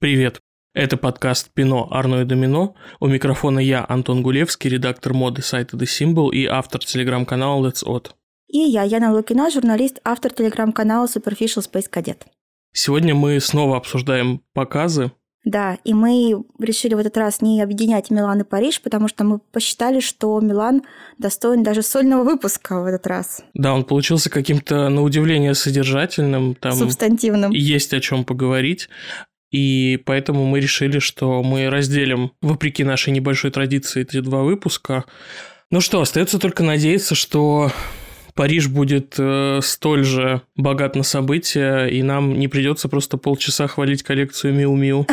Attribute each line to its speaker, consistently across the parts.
Speaker 1: Привет! Это подкаст «Пино, Арно и Домино». У микрофона я, Антон Гулевский, редактор моды сайта The Symbol и автор телеграм-канала Let's Odd.
Speaker 2: И я, Яна Лукина, журналист, автор телеграм-канала Superficial Space Cadet.
Speaker 1: Сегодня мы снова обсуждаем показы.
Speaker 2: Да, и мы решили в этот раз не объединять Милан и Париж, потому что мы посчитали, что Милан достоин даже сольного выпуска в этот раз.
Speaker 1: Да, он получился каким-то, на удивление, содержательным. Там
Speaker 2: субстантивным.
Speaker 1: Есть о чем поговорить. И поэтому мы решили, что мы разделим, вопреки нашей небольшой традиции, эти два выпуска. Ну что, остается только надеяться, что Париж будет столь же богат на события, и нам не придется просто полчаса хвалить коллекцию Миу-Миу.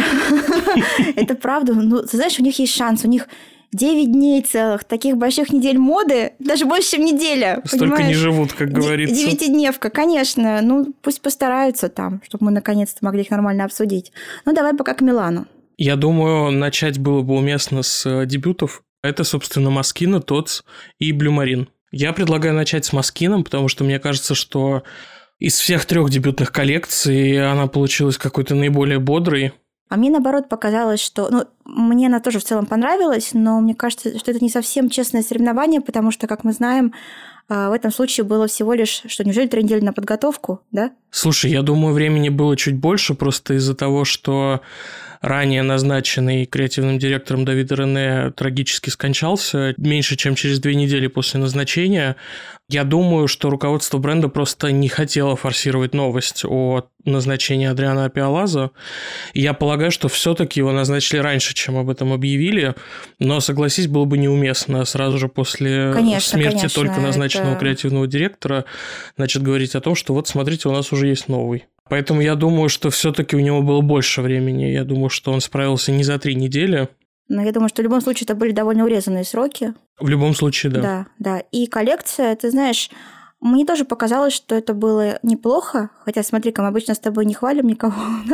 Speaker 2: Это правда. Ну, ты знаешь, у них есть шанс. У них 9 дней целых, таких больших недель моды, даже больше, чем неделя.
Speaker 1: Столько
Speaker 2: понимаешь?
Speaker 1: не живут, как говорится.
Speaker 2: 9-дневка, конечно. Ну, пусть постараются там, чтобы мы наконец-то могли их нормально обсудить. Ну, давай пока к Милану.
Speaker 1: Я думаю, начать было бы уместно с дебютов. Это, собственно, Москина, Тотс и Блю Марин. Я предлагаю начать с Москином, потому что мне кажется, что из всех 3 дебютных коллекций она получилась какой-то наиболее бодрой.
Speaker 2: А мне, наоборот, показалось, что... Ну, мне она тоже в целом понравилась, но мне кажется, что это не совсем честное соревнование, потому что, как мы знаем, в этом случае было всего лишь... Что, неужели 3 недели на подготовку, да?
Speaker 1: Слушай, я думаю, времени было чуть больше, просто из-за того, что ранее назначенный креативным директором Давид Рене трагически скончался меньше, чем через 2 недели после назначения. Я думаю, что руководство бренда просто не хотело форсировать новость о назначении Адриана Пиалазо. И я полагаю, что все-таки его назначили раньше, чем об этом объявили. Но, согласись, было бы неуместно сразу же после смерти только назначенного креативного директора, значит, говорить о том, что вот, смотрите, у нас уже есть новый. Поэтому я думаю, что все-таки у него было больше времени. Я думаю, что он справился не за 3 недели.
Speaker 2: Но я думаю, что в любом случае это были довольно урезанные сроки.
Speaker 1: В любом случае, да.
Speaker 2: Да. И коллекция, ты знаешь, мне тоже показалось, что это было неплохо. Хотя, смотри-ка, мы обычно с тобой не хвалим никого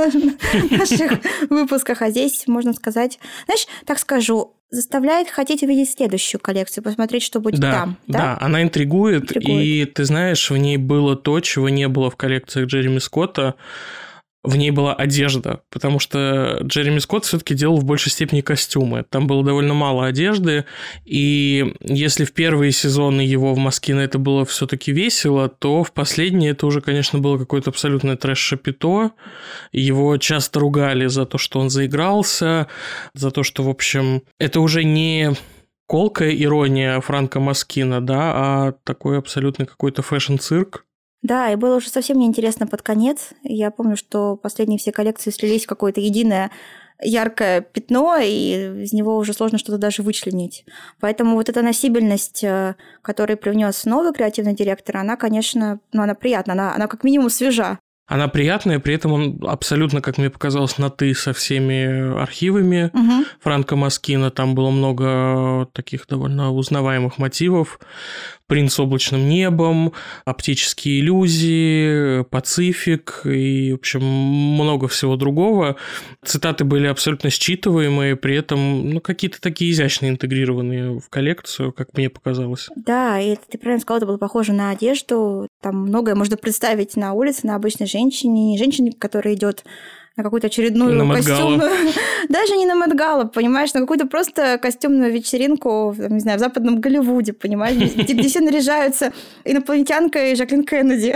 Speaker 2: в наших выпусках, а здесь, можно сказать... Знаешь, так скажу, заставляет хотеть увидеть следующую коллекцию, посмотреть, что будет там.
Speaker 1: Да, она интригует, и ты знаешь, в ней было то, чего не было в коллекциях Джереми Скотта. В ней была одежда, потому что Джереми Скотт все-таки делал в большей степени костюмы. Там было довольно мало одежды, и если в первые сезоны его в Москино это было все-таки весело, то в последние это уже, конечно, было какое-то абсолютное трэш-шапито. Его часто ругали за то, что он заигрался, за то, что, в общем, это уже не колкая ирония Франко Москино, да, а такой абсолютно какой-то фэшн-цирк.
Speaker 2: Да, и было уже совсем неинтересно под конец. Я помню, что последние все коллекции слились в какое-то единое яркое пятно, и из него уже сложно что-то даже вычленить. Поэтому вот эта носибельность, которую привнес новый креативный директор, она, конечно, она приятна, она как минимум свежа.
Speaker 1: Она приятная, при этом он абсолютно, как мне показалось, на «ты» со всеми архивами Франко Москино. Там было много таких довольно узнаваемых мотивов. «Принц с облачным небом», «Оптические иллюзии», «Пацифик» и, в общем, много всего другого. Цитаты были абсолютно считываемые, при этом какие-то такие изящные, интегрированные в коллекцию, как мне показалось.
Speaker 2: Да, и ты правильно сказала, это было похоже на одежду. Там многое можно представить на улице, на обычной женщине, которая идет на какую-то очередную костюмную... Даже не на Мэтт-Гала, понимаешь, на какую-то просто костюмную вечеринку, не знаю, в западном Голливуде, понимаешь, где все наряжаются инопланетянкой и Жаклин Кеннеди.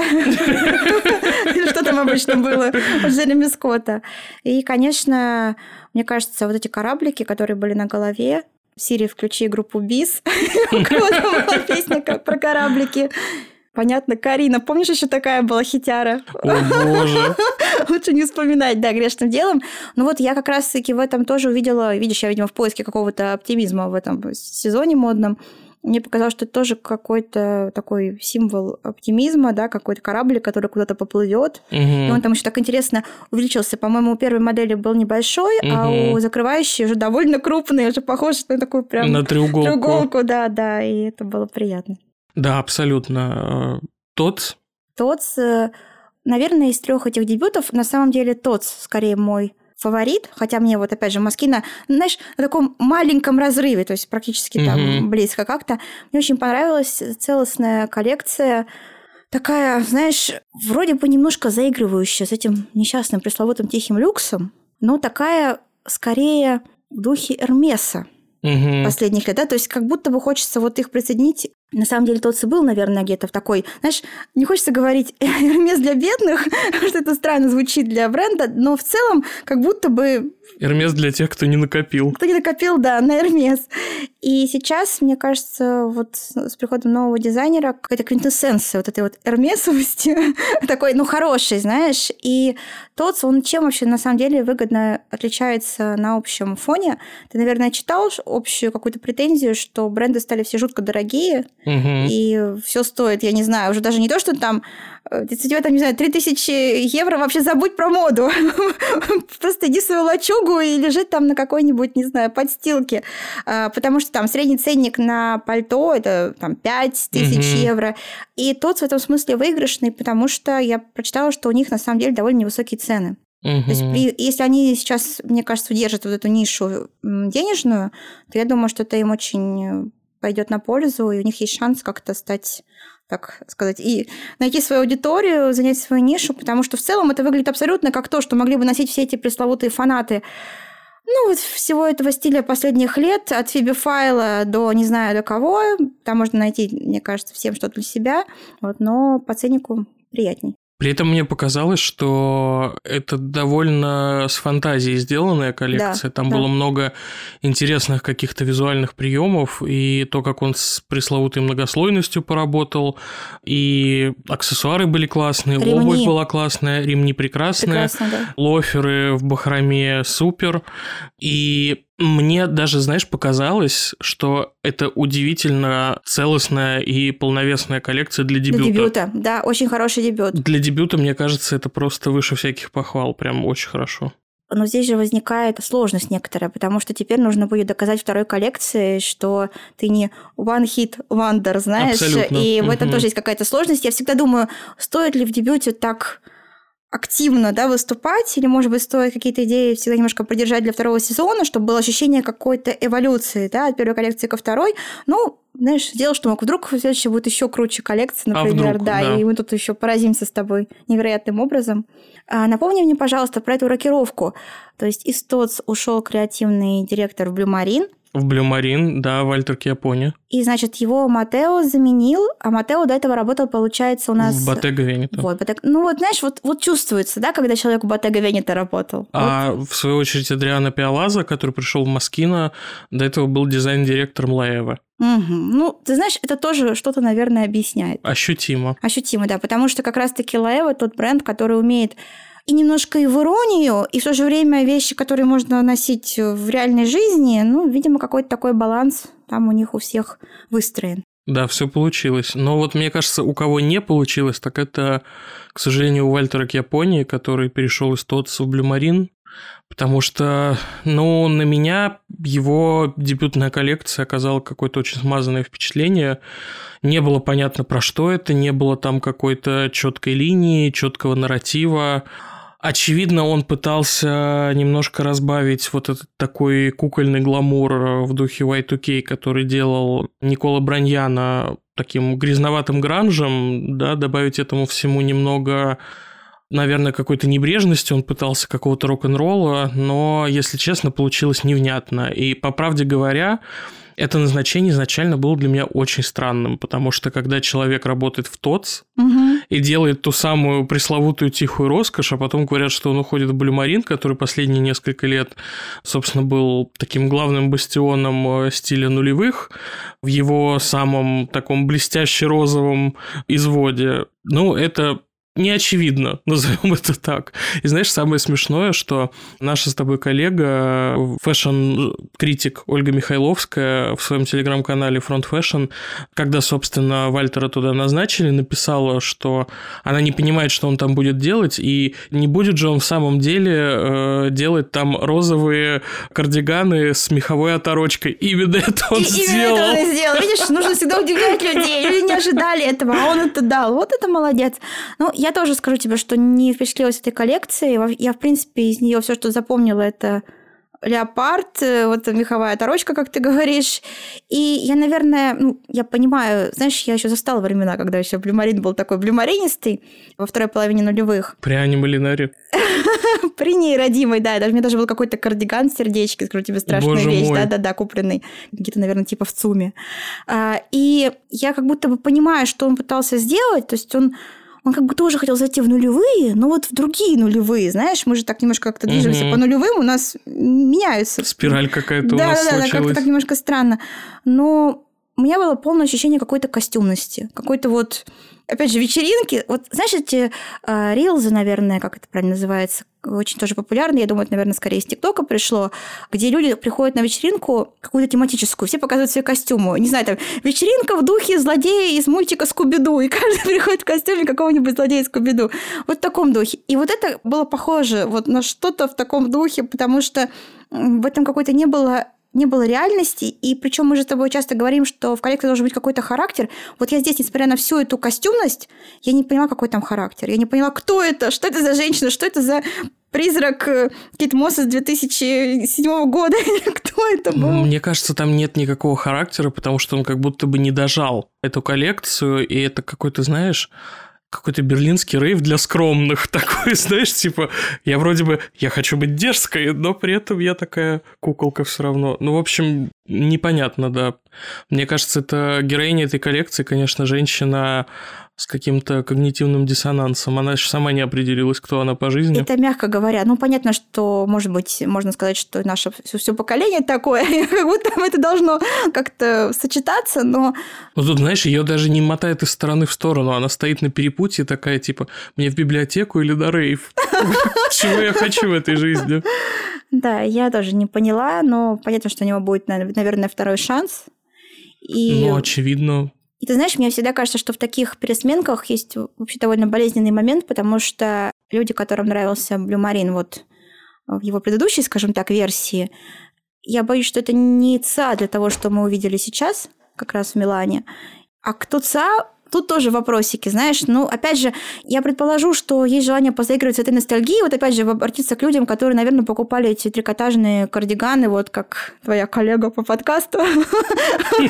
Speaker 2: Или что там обычно было у Джереми Скотта. И, конечно, мне кажется, вот эти кораблики, которые были на голове, Сири, включи группу Бис, у кого-то была песня про кораблики. Понятно, Карина. Помнишь, еще такая была хитяра?
Speaker 1: О, боже.
Speaker 2: Лучше не вспоминать, да, грешным делом. Но вот я как раз-таки в этом тоже увидела, видишь, я, видимо, в поиске какого-то оптимизма в этом сезоне модном. Мне показалось, что это тоже какой-то такой символ оптимизма, да, какой-то корабль, который куда-то поплывет. И он там еще так интересно увеличился. По-моему, у первой модели был небольшой, а у закрывающей уже довольно крупный, уже похож на такую прям...
Speaker 1: На треуголку.
Speaker 2: Да, и это было приятно.
Speaker 1: Да, абсолютно. Тотс,
Speaker 2: наверное, из 3 этих дебютов, на самом деле, Тотс скорее мой фаворит, хотя мне вот опять же Москино, знаешь, на таком маленьком разрыве, то есть практически там близко как-то. Мне очень понравилась целостная коллекция, такая, знаешь, вроде бы немножко заигрывающая с этим несчастным пресловутым тихим люксом. но такая скорее в духе Эрмеса последних лет, да, то есть как будто бы хочется вот их присоединить. На самом деле Тотс был, наверное, где-то в такой, знаешь, не хочется говорить Эрмес для бедных, потому что это странно звучит для бренда, но в целом как будто бы...
Speaker 1: Эрмес для тех, кто не накопил.
Speaker 2: Кто не накопил, да, на Эрмес. И сейчас, мне кажется, вот с приходом нового дизайнера какая-то квинтэссенция вот этой вот эрмесовости, такой, ну, хороший, знаешь. И Тотс, он чем вообще на самом деле выгодно отличается на общем фоне? Ты, наверное, читал общую какую-то претензию, что бренды стали все жутко дорогие, и все стоит, я не знаю, уже даже не то, что там, тебе там, не знаю, 3000 евро, вообще забудь про моду. Просто иди в свою лачугу и лежи там на какой-нибудь, не знаю, подстилке. Потому что там средний ценник на пальто – это там 5000 евро. И тот в этом смысле выигрышный, потому что я прочитала, что у них на самом деле довольно невысокие цены. То есть, если они сейчас, мне кажется, удержат вот эту нишу денежную, то я думаю, что это им очень пойдет на пользу, и у них есть шанс как-то стать, так сказать, и найти свою аудиторию, занять свою нишу, потому что в целом это выглядит абсолютно как то, что могли бы носить все эти пресловутые фанаты, ну, вот всего этого стиля последних лет, от Фиби Файла до не знаю до кого, там можно найти, мне кажется, всем что-то для себя, вот, но по ценнику приятней.
Speaker 1: При этом мне показалось, что это довольно с фантазией сделанная коллекция. Там было много интересных каких-то визуальных приемов, и то, как он с пресловутой многослойностью поработал, и аксессуары были классные, обувь была классная, ремни прекрасные, лоферы в бахроме супер. И мне даже, знаешь, показалось, что это удивительно целостная и полновесная коллекция для дебюта.
Speaker 2: Для дебюта, да, очень хороший дебют.
Speaker 1: Для дебюта, мне кажется, это просто выше всяких похвал, прям очень хорошо.
Speaker 2: Но здесь же возникает сложность некоторая, потому что теперь нужно будет доказать второй коллекции, что ты не one hit wonder, знаешь.
Speaker 1: Абсолютно.
Speaker 2: И в этом тоже есть какая-то сложность. Я всегда думаю, стоит ли в дебюте так активно, да, выступать, или, может быть, стоит какие-то идеи всегда немножко продержать для второго сезона, чтобы было ощущение какой-то эволюции, да, от первой коллекции ко второй. Ну, знаешь, сделал, что мог. Вдруг следующая будет еще круче коллекция, например,
Speaker 1: вдруг,
Speaker 2: да, и мы тут еще поразимся с тобой невероятным образом. Напомни мне, пожалуйста, про эту рокировку. То есть из Тотс ушел креативный директор в Blue Marine.
Speaker 1: В Blue Marine, да, Вальтер Кьяпони.
Speaker 2: И, значит, его Матео заменил, а Матео до этого работал, получается, у нас...
Speaker 1: В Bottega Veneta.
Speaker 2: Вот, ну вот, знаешь, вот чувствуется, да, когда человек в Bottega Veneta работал.
Speaker 1: А вот. В свою очередь Адриано Пиалаза, который пришел в Москино, до этого был дизайн-директором Лаэва.
Speaker 2: Ну, ты знаешь, это тоже что-то, наверное, объясняет.
Speaker 1: Ощутимо.
Speaker 2: Ощутимо, да, потому что как раз-таки Лаэва тот бренд, который умеет и немножко и в иронию, и в то же время вещи, которые можно носить в реальной жизни, ну, видимо, какой-то такой баланс там у них у всех выстроен.
Speaker 1: Да, все получилось. Но вот мне кажется, у кого не получилось, так это, к сожалению, у Вальтера Кьяпони, который перешел из Тотс в Blue Marine, потому что, ну, на меня его дебютная коллекция оказала какое-то очень смазанное впечатление. Не было понятно, про что это, не было там какой-то четкой линии, четкого нарратива. Очевидно, он пытался немножко разбавить вот этот такой кукольный гламур в духе Y2K, который делал Никола Браньяно таким грязноватым гранжем, да, добавить этому всему немного, наверное, какой-то небрежности, он пытался какого-то рок-н-ролла, но, если честно, получилось невнятно. И, по правде говоря, это назначение изначально было для меня очень странным, потому что когда человек работает в Тотс и делает ту самую пресловутую тихую роскошь, а потом говорят, что он уходит в Blue Marine, который последние несколько лет, собственно, был таким главным бастионом стиля нулевых, в его самом таком блестяще-розовом изводе, ну, это не очевидно, назовем это так. И знаешь, самое смешное, что наша с тобой коллега, фэшн-критик Ольга Михайловская в своем телеграм-канале Front Fashion, когда, собственно, Вальтера туда назначили, написала, что она не понимает, что он там будет делать, и не будет же он в самом деле делать там розовые кардиганы с меховой оторочкой. Именно это он сделал.
Speaker 2: Именно это он сделал. Видишь, нужно всегда удивлять людей. Люди не ожидали этого, а он это дал. Вот это молодец. Ну, я тоже скажу тебе, что не впечатлилась этой коллекцией. Я, в принципе, из нее все, что запомнила, это леопард, вот меховая оторочка, как ты говоришь. И я, наверное, я понимаю, знаешь, я еще застала времена, когда еще блюмарин был такой блюмаринистый во второй половине нулевых.
Speaker 1: При Ане Малинаре.
Speaker 2: При ней родимой, да. Даже, у меня даже был какой-то кардиган с сердечки, скажу тебе, страшная
Speaker 1: Боже
Speaker 2: вещь.
Speaker 1: мой.
Speaker 2: Да, купленный где-то, наверное, типа в ЦУМе. И я как будто бы понимаю, что он пытался сделать, то есть он как бы тоже хотел зайти в нулевые, но вот в другие нулевые, знаешь, мы же так немножко как-то движемся по нулевым, у нас меняются.
Speaker 1: Спираль какая-то у нас случилась. Да,
Speaker 2: как-то так немножко странно. Но у меня было полное ощущение какой-то костюмности, какой-то вот, опять же, вечеринки. Вот, знаешь, эти рилзы, наверное, как это правильно называется, очень тоже популярны, я думаю, это, наверное, скорее из ТикТока пришло, где люди приходят на вечеринку какую-то тематическую, все показывают свои костюмы. Не знаю, там, вечеринка в духе злодея из мультика «Скуби-Ду», и каждый приходит в костюме какого-нибудь злодея из «Скуби-Ду». Вот в таком духе. И вот это было похоже вот на что-то в таком духе, потому что в этом какой-то не было реальности, и причем мы же с тобой часто говорим, что в коллекции должен быть какой-то характер. Вот я здесь, несмотря на всю эту костюмность, я не поняла, какой там характер. Я не поняла, кто это, что это за женщина, что это за призрак Кейт Мосс из 2007 года, кто это был?
Speaker 1: Мне кажется, там нет никакого характера, потому что он как будто бы не дожал эту коллекцию, и это какой-то, знаешь, какой-то берлинский рейв для скромных. Такой, знаешь, типа, я вроде бы, я хочу быть дерзкой, но при этом я такая куколка все равно. В общем, непонятно, да. Мне кажется, это героиня этой коллекции, конечно, женщина с каким-то когнитивным диссонансом. Она еще сама не определилась, кто она по жизни.
Speaker 2: Это мягко говоря. Понятно, что, может быть, можно сказать, что наше все поколение такое, как будто это должно как-то сочетаться, но...
Speaker 1: Тут, знаешь, ее даже не мотает из стороны в сторону. Она стоит на перепутье такая, типа, мне в библиотеку или на рейв? Чего я хочу в этой жизни?
Speaker 2: Да, я тоже не поняла, но понятно, что у него будет, наверное, второй шанс.
Speaker 1: Очевидно.
Speaker 2: И ты знаешь, мне всегда кажется, что в таких пересменках есть вообще довольно болезненный момент, потому что люди, которым нравился Блюмарин вот в его предыдущей, скажем так, версии, я боюсь, что это не ЦА для того, что мы увидели сейчас, как раз в Милане. А кто ЦА, тут тоже вопросики, знаешь. Опять же, я предположу, что есть желание позаигрывать с этой ностальгией, вот опять же обратиться к людям, которые, наверное, покупали эти трикотажные кардиганы, вот как твоя коллега по подкасту. У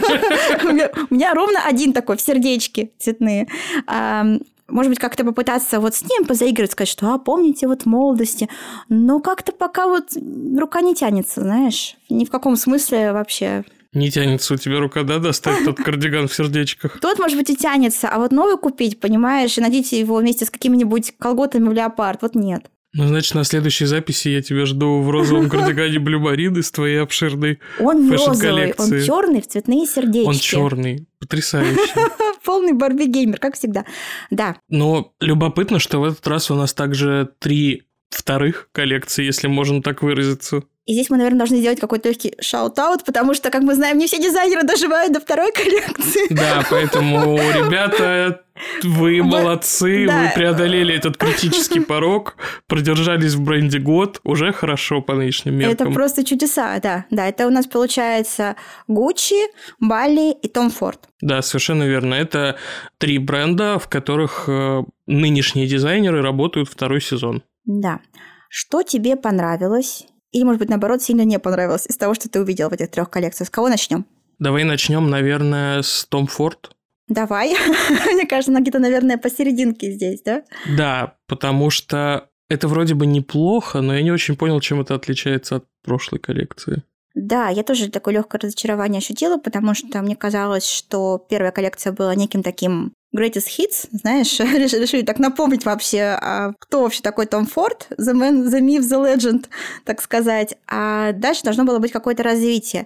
Speaker 2: меня ровно один такой, в сердечке цветные. Может быть, как-то попытаться вот с ним позаигрывать, сказать, что, помните, вот в молодости. Но как-то пока вот рука не тянется, знаешь. Ни в каком смысле вообще.
Speaker 1: Не тянется у тебя рука, да, достать тот кардиган в сердечках?
Speaker 2: Тот, может быть, и тянется, а вот новый купить, понимаешь, и надеть его вместе с какими-нибудь колготами в леопард, вот нет.
Speaker 1: Значит, на следующей записи я тебя жду в розовом кардигане Блюмарин из твоей обширной фэшн-коллекции.
Speaker 2: Он не розовый, он черный в цветные сердечки.
Speaker 1: Он черный, потрясающий.
Speaker 2: Полный Барби-геймер, как всегда. Да.
Speaker 1: Но любопытно, что в этот раз у нас также 3 вторых коллекций, если можно так выразиться.
Speaker 2: И здесь мы, наверное, должны сделать какой-то легкий шаут-аут, потому что, как мы знаем, не все дизайнеры доживают до второй коллекции.
Speaker 1: Да, поэтому, ребята, вы молодцы, вы преодолели этот критический порог, продержались в бренде год, уже хорошо по нынешним меркам.
Speaker 2: Это просто чудеса, да. Да, это у нас получается Gucci, Bally и Tom Ford.
Speaker 1: Да, совершенно верно. Это 3 бренда, в которых нынешние дизайнеры работают второй сезон.
Speaker 2: Да. Что тебе понравилось? Или, может быть, наоборот, сильно не понравилось из того, что ты увидел в этих 3 коллекциях? С кого начнем?
Speaker 1: Давай начнем, наверное, с Tom Ford.
Speaker 2: Давай. Мне кажется, она где-то, наверное, посерединке здесь, да?
Speaker 1: Да, потому что это вроде бы неплохо, но я не очень понял, чем это отличается от прошлой коллекции.
Speaker 2: Да, я тоже такое легкое разочарование ощутила, потому что мне казалось, что первая коллекция была неким таким greatest hits, знаешь, решили так напомнить вообще, кто вообще такой Том Форд, the man, the myth, the legend, так сказать. А дальше должно было быть какое-то развитие.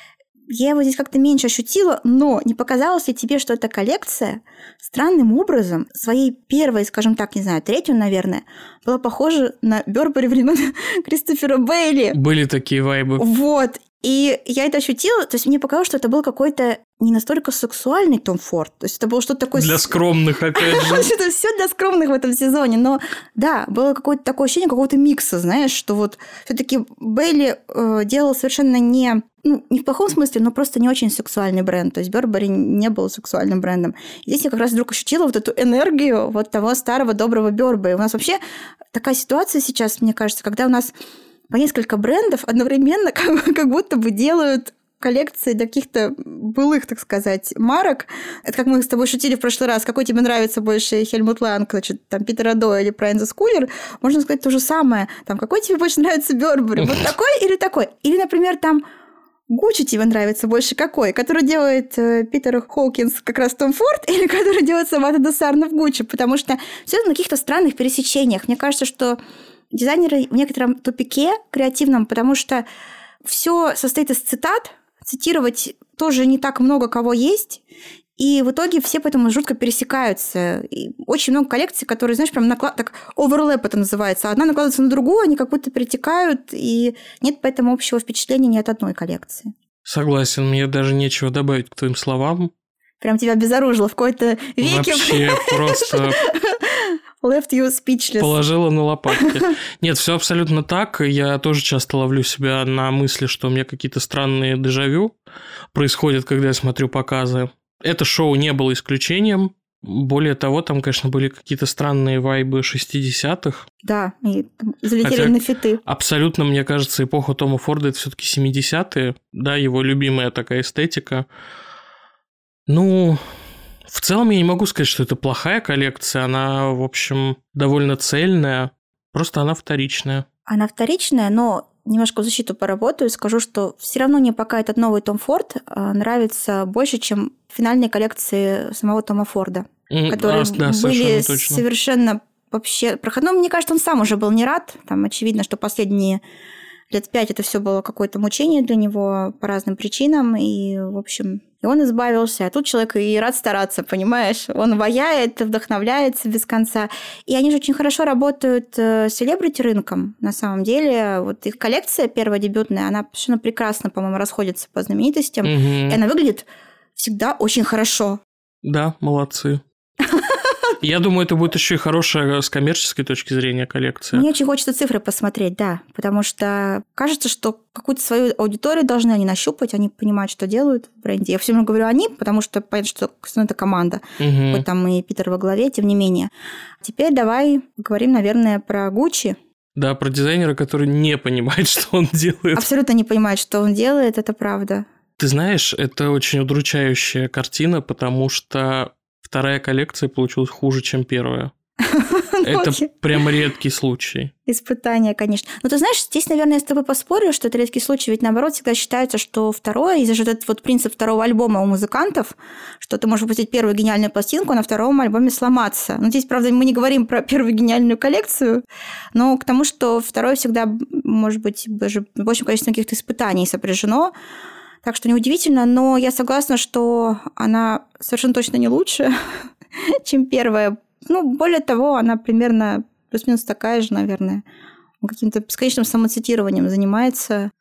Speaker 2: Я его здесь как-то меньше ощутила, но не показалось ли тебе, что эта коллекция странным образом своей первой, скажем так, не знаю, 3-ю, наверное, была похожа на Бёрбери времен Кристофера Бейли?
Speaker 1: Были такие вайбы.
Speaker 2: Вот. И я это ощутила, то есть мне показалось, что это был какой-то не настолько сексуальный Том Форд. То есть это было что-то такое...
Speaker 1: Для скромных, опять же.
Speaker 2: Это все для скромных в этом сезоне. Но да, было какое-то такое ощущение какого-то микса, знаешь, что вот все-таки Бейли делал совершенно не в плохом смысле, но просто не очень сексуальный бренд. То есть Бёрбери не был сексуальным брендом. И здесь я как раз вдруг ощутила вот эту энергию вот того старого доброго Бёрбери. У нас вообще такая ситуация сейчас, мне кажется, когда у нас по несколько брендов одновременно как будто бы делают коллекции для каких-то былых, так сказать, марок. Это как мы с тобой шутили в прошлый раз. Какой тебе нравится больше Хельмут Ланг, значит, там, Питер Адо или Брайан Скулер? Можно сказать то же самое. Там, какой тебе больше нравится Бёрбери? Вот такой или такой? Или, например, там, Гуччи тебе нравится больше какой? Который делает Питер Хоукинс, как раз Том Форд, или который делает Самата Десарна в Гуччи? Потому что все это на каких-то странных пересечениях. Мне кажется, что дизайнеры в некотором тупике креативном, потому что все состоит из цитат, цитировать тоже не так много кого есть, и в итоге все поэтому жутко пересекаются. И очень много коллекций, которые, знаешь, прям так оверлэп это называется. Одна накладывается на другую, они как будто перетекают, и нет поэтому общего впечатления ни от одной коллекции.
Speaker 1: Согласен, мне даже нечего добавить к твоим словам.
Speaker 2: Прям тебя обезоружило в какой-то веке.
Speaker 1: Вообще просто...
Speaker 2: Left you speechless.
Speaker 1: Положила на лопатки. Нет, все абсолютно так. Я тоже часто ловлю себя на мысли, что у меня какие-то странные дежавю происходят, когда я смотрю показы. Это шоу не было исключением. Более того, там, конечно, были какие-то странные вайбы 60-х.
Speaker 2: Да, и залетели на фиты.
Speaker 1: Абсолютно, мне кажется, эпоха Тома Форда – это все-таки 70-е. Да, его любимая такая эстетика. Ну... В целом я не могу сказать, что это плохая коллекция, она, в общем, довольно цельная, просто она вторичная.
Speaker 2: Она вторичная, но немножко в защиту поработаю, скажу, что все равно мне пока этот новый Том Форд нравится больше, чем финальные коллекции самого Тома Форда, которые были совершенно вообще проходные. Мне кажется, он сам уже был не рад, там очевидно, что последние лет 5 это все было какое-то мучение для него по разным причинам, и, в общем, и он избавился. А тут человек и рад стараться, понимаешь? Он ваяет, вдохновляется без конца. И они же очень хорошо работают с селебрити-рынком, на самом деле. Вот их коллекция первая дебютная, она совершенно прекрасно, по-моему, расходится по знаменитостям. И она выглядит всегда очень хорошо.
Speaker 1: Да, молодцы. Я думаю, это будет еще и хорошая с коммерческой точки зрения коллекция.
Speaker 2: Мне очень хочется цифры посмотреть, да, потому что кажется, что какую-то свою аудиторию должны они нащупать, они понимают, что делают в бренде. Я все время говорю они, потому что понятно, что это команда, хоть там и Питер во главе, тем не менее. Теперь давай поговорим, наверное, про Гуччи.
Speaker 1: Да, про дизайнера, который не понимает, что он делает.
Speaker 2: Абсолютно не понимает, что он делает, это правда.
Speaker 1: Ты знаешь, это очень удручающая картина, потому что вторая коллекция получилась хуже, чем первая. Это прям редкий случай.
Speaker 2: Испытание, конечно. Но ты знаешь, здесь, наверное, я с тобой поспорю, что это редкий случай, ведь наоборот всегда считается, что второе, из-за же этот вот принцип второго альбома у музыкантов, что ты можешь выпустить первую гениальную пластинку, а на втором альбоме сломаться. Но здесь, правда, мы не говорим про первую гениальную коллекцию, но к тому, что второе всегда, может быть, даже большим количеством каких-то испытаний сопряжено. Так что неудивительно, но я согласна, что она совершенно точно не лучше, чем первая. Ну, более того, она примерно плюс-минус такая же, наверное. Каким-то бесконечным самоцитированием занимается.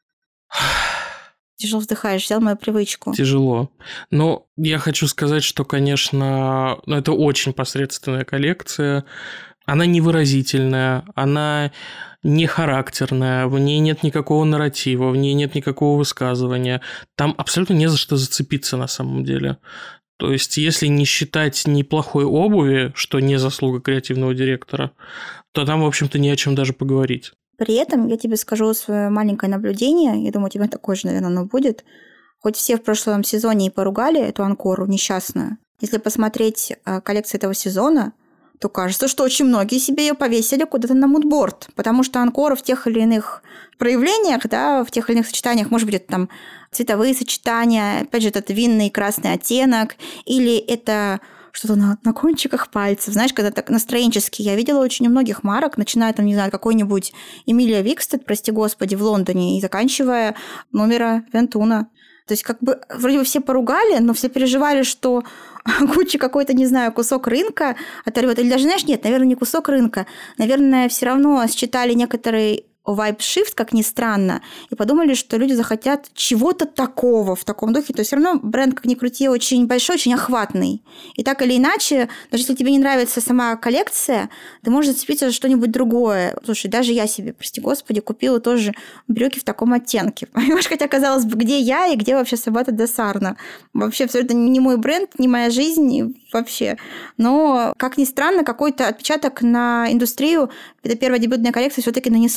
Speaker 2: Тяжело вздыхаешь, взял мою привычку.
Speaker 1: Тяжело. Но я хочу сказать, что, конечно, это очень посредственная коллекция. Она невыразительная, она не характерная, в ней нет никакого нарратива, в ней нет никакого высказывания. Там абсолютно не за что зацепиться на самом деле. То есть, если не считать неплохой обуви, что не заслуга креативного директора, то там, в общем-то, не о чем даже поговорить.
Speaker 2: При этом я тебе скажу свое маленькое наблюдение, я думаю, у тебя такое же, наверное, оно будет. Хоть все в прошлом сезоне и поругали эту анкору несчастную, если посмотреть коллекцию этого сезона, то кажется, что очень многие себе ее повесили куда-то на мудборд, потому что анкора в тех или иных проявлениях, да, в тех или иных сочетаниях, может быть, это там цветовые сочетания, опять же, это винный и красный оттенок, или это что-то на кончиках пальцев, знаешь, когда так настроенчески. Я видела очень у многих марок, начиная там, не знаю, какой-нибудь Эмилия Викстед, прости господи, в Лондоне, и заканчивая номера Вентуна. То есть как бы вроде бы все поругали, но все переживали, что Гуччи какой-то, не знаю, кусок рынка оторвет. Или даже, знаешь, нет, наверное, не кусок рынка. Наверное, все равно считали некоторые вайб-шифт, как ни странно, и подумали, что люди захотят чего-то такого в таком духе. То есть все равно бренд, как ни крути, очень большой, очень охватный. И так или иначе, даже если тебе не нравится сама коллекция, ты можешь зацепиться за что-нибудь другое. Слушай, даже я себе, прости господи, купила тоже брюки в таком оттенке. Понимаешь, хотя казалось бы, где я и где вообще Самата Десарна? Вообще абсолютно не мой бренд, не моя жизнь вообще. Но, как ни странно, какой-то отпечаток на индустрию эта первая дебютная коллекция все-таки нанесла.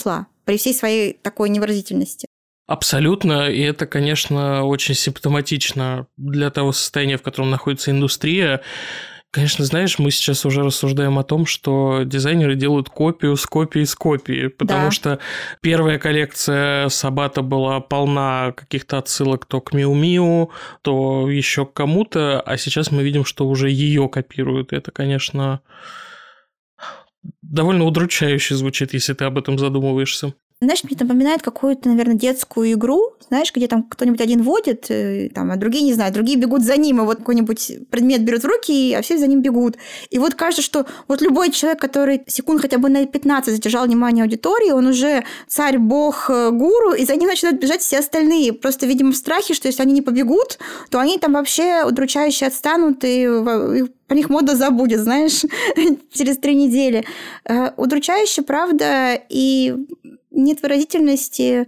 Speaker 2: при всей своей такой невыразительности.
Speaker 1: Абсолютно, и это, конечно, очень симптоматично для того состояния, в котором находится индустрия. Конечно, знаешь, мы сейчас уже рассуждаем о том, что дизайнеры делают копию с копией с копией, потому что первая коллекция Сабата была полна каких-то отсылок то к Миу-Миу, то еще к кому-то, а сейчас мы видим, что уже ее копируют. Это, конечно, довольно удручающе звучит, если ты об этом задумываешься.
Speaker 2: Знаешь, мне напоминает какую-то, наверное, детскую игру, знаешь, где там кто-нибудь один водит, там, а другие, не знаю, другие бегут за ним, и вот какой-нибудь предмет берут в руки, а все за ним бегут. И вот кажется, что вот любой человек, который секунд хотя бы на 15 задержал внимание аудитории, он уже царь, бог, гуру, и за ним начинают бежать все остальные. Просто, видимо, в страхе, что если они не побегут, то они там вообще удручающе отстанут, и про них мода забудет, знаешь, через 3 недели. Удручающе, правда, и нет выразительности.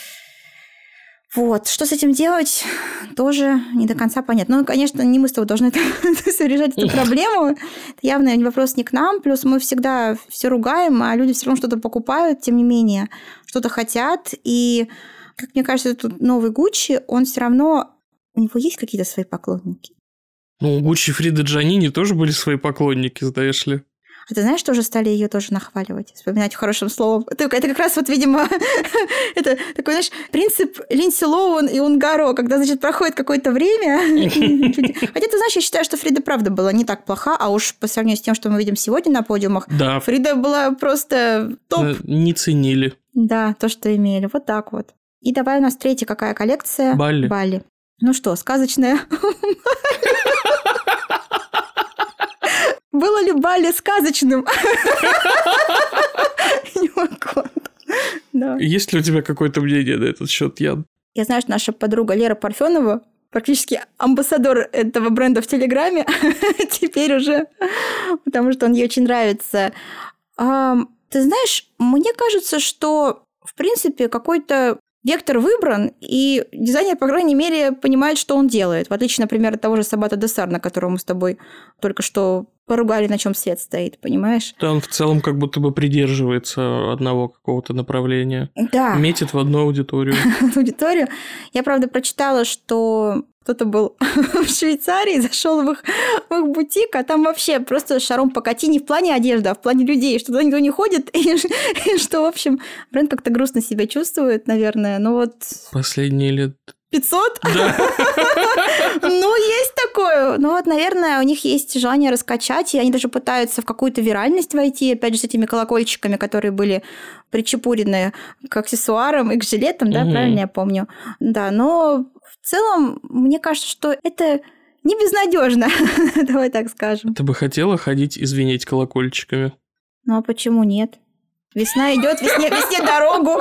Speaker 2: Вот. Что с этим делать, тоже не до конца понятно. Ну, конечно, не мы с тобой должны решать эту проблему. Это явно вопрос не к нам. Плюс мы всегда все ругаем, а люди все равно что-то покупают, тем не менее, что-то хотят. И, как мне кажется, этот новый Гуччи, он все равно... У него есть какие-то свои поклонники?
Speaker 1: Ну, у Гуччи Фриды Джанини тоже были свои поклонники, знаешь ли.
Speaker 2: А ты знаешь, тоже стали ее тоже нахваливать, вспоминать хорошим словом. Это как раз вот, видимо, это такой, знаешь, принцип Линдси Лоуэн и Унгаро, когда, значит, проходит какое-то время. Хотя, ты знаешь, я считаю, что Фрида, правда, была не так плоха, а уж по сравнению с тем, что мы видим сегодня на подиумах,
Speaker 1: да.
Speaker 2: Фрида была просто топ.
Speaker 1: Не ценили.
Speaker 2: Да, то, что имели. Вот так вот. И давай у нас третья какая коллекция?
Speaker 1: Балли.
Speaker 2: Ну что, сказочная? Было ли Балли сказочным? Не могу. Да.
Speaker 1: Есть ли у тебя какое-то мнение на этот счет, Ян?
Speaker 2: Я знаю, что наша подруга Лера Парфенова, практически амбассадор этого бренда в Телеграме, теперь уже, потому что он ей очень нравится. Ты знаешь, мне кажется, что, в принципе, какой-то вектор выбран, и дизайнер, по крайней мере, понимает, что он делает. В отличие, например, от того же Сабата де Сарна, которого мы с тобой только что поругали, на чем свет стоит, понимаешь?
Speaker 1: Да, он в целом как будто бы придерживается одного какого-то направления.
Speaker 2: Да.
Speaker 1: Метит в одну аудиторию.
Speaker 2: Аудиторию. Я, правда, прочитала, что кто-то был в Швейцарии, зашел в их бутик, а там вообще просто шаром покати не в плане одежды, а в плане людей, что туда никто не ходит, и что, в общем, бренд как-то грустно себя чувствует, наверное. Ну вот...
Speaker 1: Последние лет
Speaker 2: 500?
Speaker 1: Да.
Speaker 2: Ну, есть такое. Ну вот, наверное, у них есть желание раскачать, и они даже пытаются в какую-то виральность войти, опять же, с этими колокольчиками, которые были причепурены к аксессуарам и к жилетам, да, правильно я помню? Да, но в целом, мне кажется, что это не безнадежно, давай так скажем.
Speaker 1: Ты бы хотела ходить и звенеть колокольчиками?
Speaker 2: Ну, а почему нет? Весна идет, весне дорогу.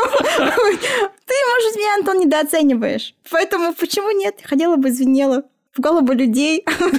Speaker 2: Ты, может, меня, Антон, недооцениваешь. Поэтому почему нет? Ходила бы, звенела, пугала бы людей.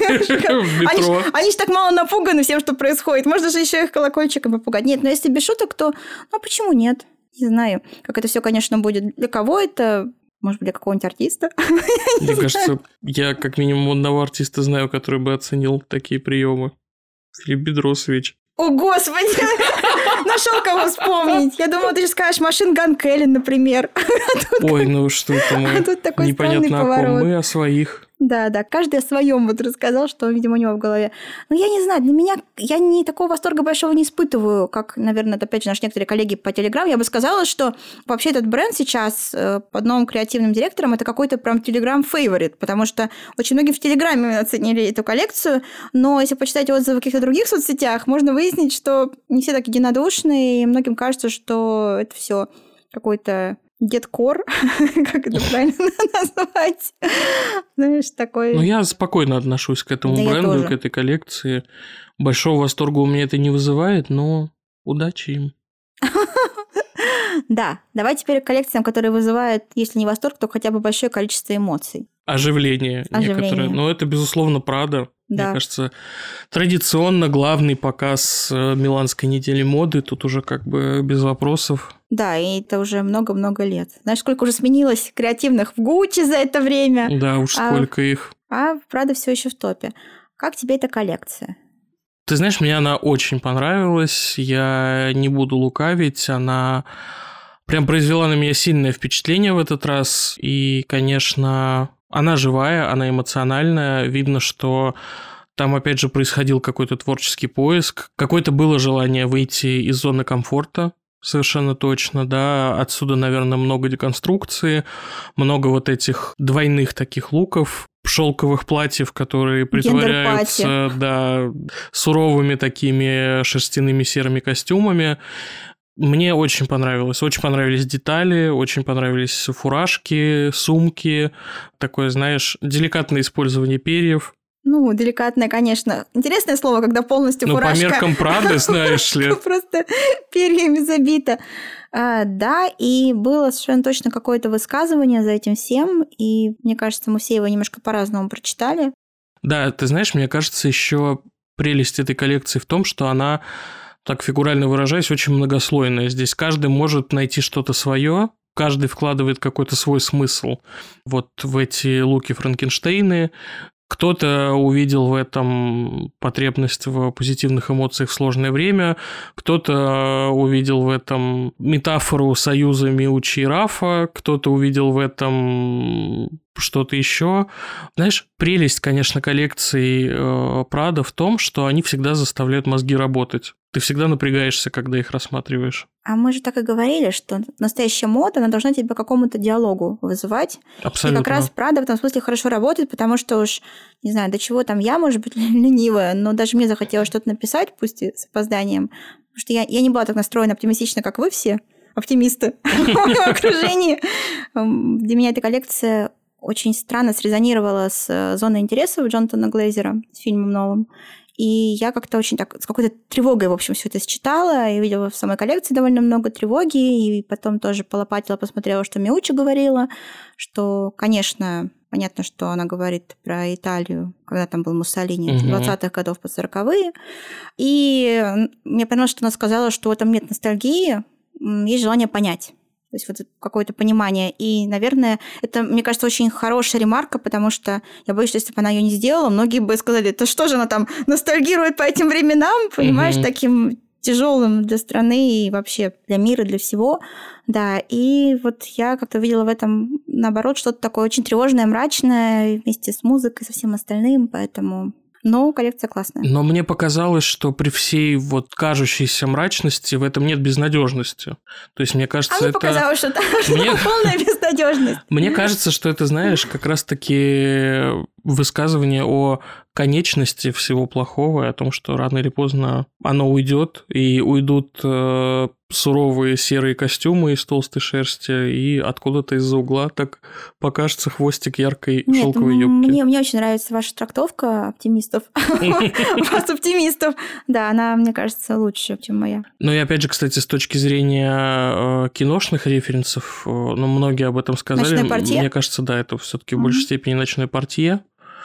Speaker 2: Они же так мало напуганы всем, что происходит. Можно же еще их колокольчиком попугать. Нет, но если без шуток, то ну почему нет? Не знаю, как это все, конечно, будет. Для кого это? Может быть, для какого-нибудь артиста?
Speaker 1: Мне кажется, я как минимум одного артиста знаю, который бы оценил такие приемы. Филипп Бедросович.
Speaker 2: О, Господи! Нашел кого вспомнить. Я думала, ты же скажешь Машин Ган Келли, например.
Speaker 1: Ой, ну что это мы?
Speaker 2: Тут такой
Speaker 1: непонятно о ком. Мы о своих.
Speaker 2: Да, каждый о своем вот рассказал, что, видимо, у него в голове. Но я не знаю, для меня, я не такого восторга большого не испытываю, как, наверное, опять же, наши некоторые коллеги по Telegram. Я бы сказала, что вообще этот бренд сейчас под новым креативным директором это какой-то прям Telegram favorite, потому что очень многие в Телеграме оценили эту коллекцию, но если почитать отзывы в каких-то других соцсетях, можно выяснить, что не все так единодушны, и многим кажется, что это все какой-то дедкор, как это правильно назвать? Знаешь, такой...
Speaker 1: Ну, я спокойно отношусь к этому бренду, к этой коллекции. Большого восторга у меня это не вызывает, но удачи им.
Speaker 2: Да, давай теперь к коллекциям, которые вызывают, если не восторг, то хотя бы большое количество эмоций.
Speaker 1: Оживление некоторое. Но это, безусловно, Прада.
Speaker 2: Да.
Speaker 1: Мне кажется, традиционно главный показ Миланской недели моды. Тут уже как бы без вопросов.
Speaker 2: Да, и это уже много-много лет. Знаешь, сколько уже сменилось креативных в Гуччи за это время.
Speaker 1: Да, уж сколько их.
Speaker 2: А Прада все еще в топе. Как тебе эта коллекция?
Speaker 1: Ты знаешь, мне она очень понравилась. Я не буду лукавить. Она прям произвела на меня сильное впечатление в этот раз. И, конечно, она живая, она эмоциональная. Видно, что там, опять же, происходил какой-то творческий поиск. Какое-то было желание выйти из зоны комфорта. Совершенно точно, да. Отсюда, наверное, много деконструкции, много вот этих двойных таких луков, шелковых платьев, которые притворяются, да, суровыми такими шерстяными серыми костюмами. Мне очень понравилось. Очень понравились детали, очень понравились фуражки, сумки. Такое, знаешь, деликатное использование перьев.
Speaker 2: Ну, деликатное, конечно. Интересное слово, когда полностью фуражка...
Speaker 1: Ну, по меркам Прады, знаешь ли.
Speaker 2: Просто перьями забита. Да, и было совершенно точно какое-то высказывание за этим всем, и мне кажется, мы все его немножко по-разному прочитали.
Speaker 1: Да, ты знаешь, мне кажется, еще прелесть этой коллекции в том, что она, так фигурально выражаясь, очень многослойная. Здесь каждый может найти что-то свое, каждый вкладывает какой-то свой смысл вот в эти луки Франкенштейны. Кто-то увидел в этом потребность в позитивных эмоциях в сложное время, кто-то увидел в этом метафору союза Миучи и Рафа, кто-то увидел в этом что-то еще. Знаешь, прелесть, конечно, коллекций Прада в том, что они всегда заставляют мозги работать. Ты всегда напрягаешься, когда их рассматриваешь.
Speaker 2: А мы же так и говорили, что настоящая мода, она должна тебя к какому-то диалогу вызывать.
Speaker 1: Абсолютно.
Speaker 2: И как раз Прада в этом смысле хорошо работает, потому что уж, не знаю, до чего там я, может быть, ленивая, но даже мне захотелось что-то написать, пусть и с опозданием, потому что я не была так настроена оптимистично, как вы все, оптимисты в моем окружении. Для меня эта коллекция очень странно срезонировала с зоной интересов Джонатана Глейзера, с фильмом новым. И я как-то очень так с какой-то тревогой, в общем, все это считала, и видела в самой коллекции довольно много тревоги, и потом тоже полопатила, посмотрела, что Миучи говорила, что, конечно, понятно, что она говорит про Италию, когда там был Муссолини, 20-х годов по 40-е. И мне понравилось, что она сказала, что в этом нет ностальгии, есть желание понять. То есть вот какое-то понимание. И, наверное, это, мне кажется, очень хорошая ремарка, потому что я боюсь, что если бы она ее не сделала, многие бы сказали, это что же она там ностальгирует по этим временам, понимаешь, таким тяжелым для страны и вообще для мира, для всего. Да, и вот я как-то видела в этом, наоборот, что-то такое очень тревожное, мрачное, вместе с музыкой, со всем остальным, поэтому... Но коллекция классная.
Speaker 1: Но мне показалось, что при всей вот кажущейся мрачности в этом нет безнадежности. То есть, мне кажется,
Speaker 2: мне показалось, что там полная безнадежность.
Speaker 1: Мне кажется, что это, знаешь, как раз-таки высказывание о конечности всего плохого, и о том, что рано или поздно оно уйдет, и уйдут суровые серые костюмы из толстой шерсти, и откуда-то из-за угла так покажется хвостик яркой шелковой юбки.
Speaker 2: Мне очень нравится ваша трактовка оптимистов. Вас оптимистов. Да, она, мне кажется, лучше, чем моя.
Speaker 1: Ну и опять же, кстати, с точки зрения киношных референсов, ну, многие об этом сказали. Мне кажется, да, это все-таки в большей степени «Ночной портье».